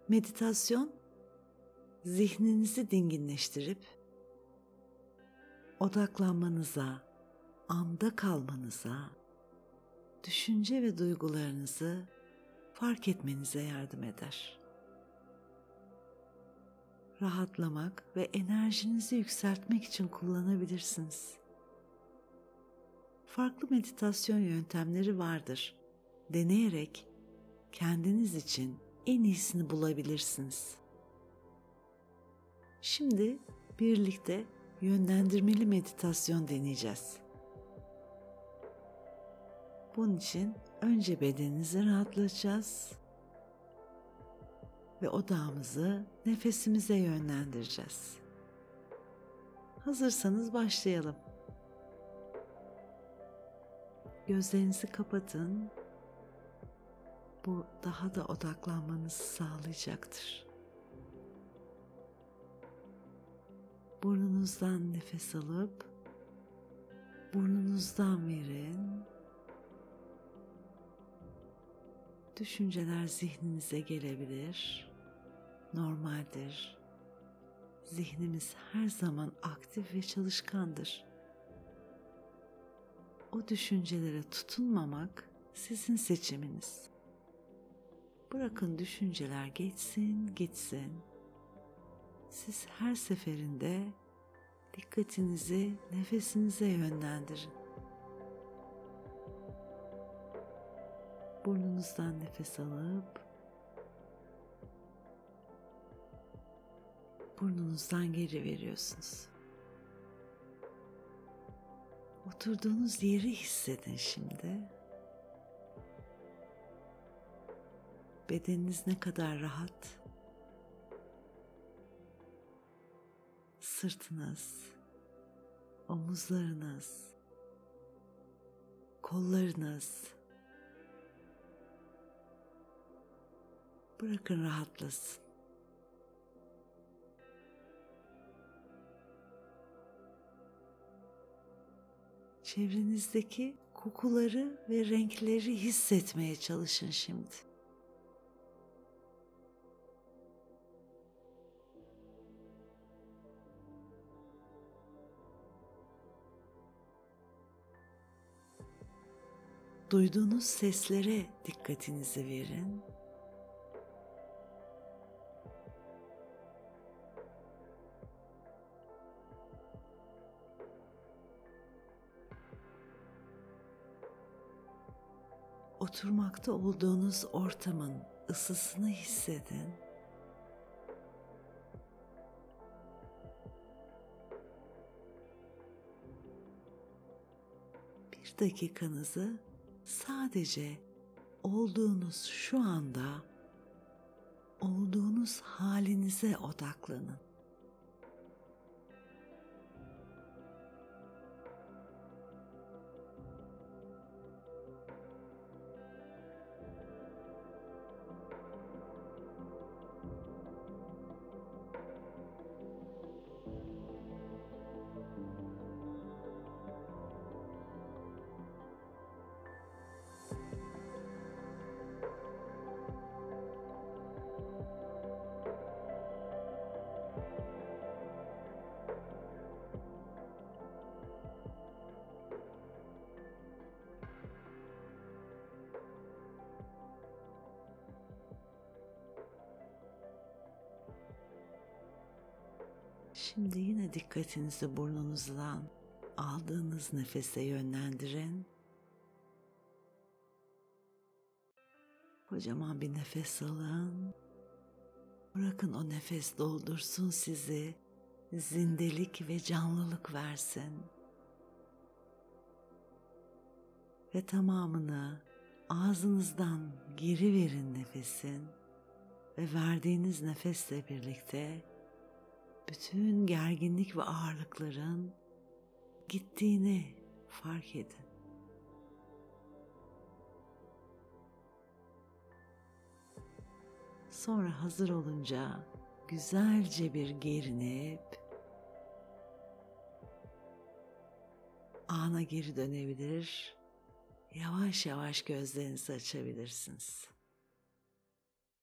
Meditasyon, zihninizi dinginleştirip odaklanmanıza, anda kalmanıza, düşünce ve duygularınızı fark etmenize yardım eder. Rahatlamak ve enerjinizi yükseltmek için kullanabilirsiniz. Farklı meditasyon yöntemleri vardır. Deneyerek kendiniz için en iyisini bulabilirsiniz. Şimdi birlikte yönlendirmeli meditasyon deneyeceğiz. Bunun için önce bedeninizi rahatlatacağız ve odağımızı nefesimize yönlendireceğiz. Hazırsanız başlayalım. Gözlerinizi kapatın. Bu daha da odaklanmanızı sağlayacaktır. Burnunuzdan nefes alıp burnunuzdan verin. Düşünceler zihninize gelebilir. Normaldir. Zihnimiz her zaman aktif ve çalışkandır. O düşüncelere tutunmamak sizin seçiminiz. Bırakın düşünceler geçsin, gitsin. Siz her seferinde dikkatinizi nefesinize yönlendirin. Burnunuzdan nefes alıp burnunuzdan geri veriyorsunuz. Oturduğunuz yeri hissedin şimdi. Bedeniniz ne kadar rahat. Sırtınız, omuzlarınız, kollarınız. Bırakın rahatlasın. Çevrenizdeki kokuları ve renkleri hissetmeye çalışın şimdi. Duyduğunuz seslere dikkatinizi verin. Oturmakta olduğunuz ortamın ısısını hissedin. Bir dakikanızı sadece olduğunuz şu anda, olduğunuz halinize odaklanın. Şimdi yine dikkatinizi burnunuzdan aldığınız nefese yönlendirin. Kocaman bir nefes alın. Bırakın o nefes doldursun sizi, zindelik ve canlılık versin. Ve tamamını ağzınızdan geri verin nefesin ve verdiğiniz nefesle birlikte bütün gerginlik ve ağırlıkların gittiğini fark edin. Sonra hazır olunca güzelce bir gerinip ana geri dönebilir, yavaş yavaş gözlerinizi açabilirsiniz.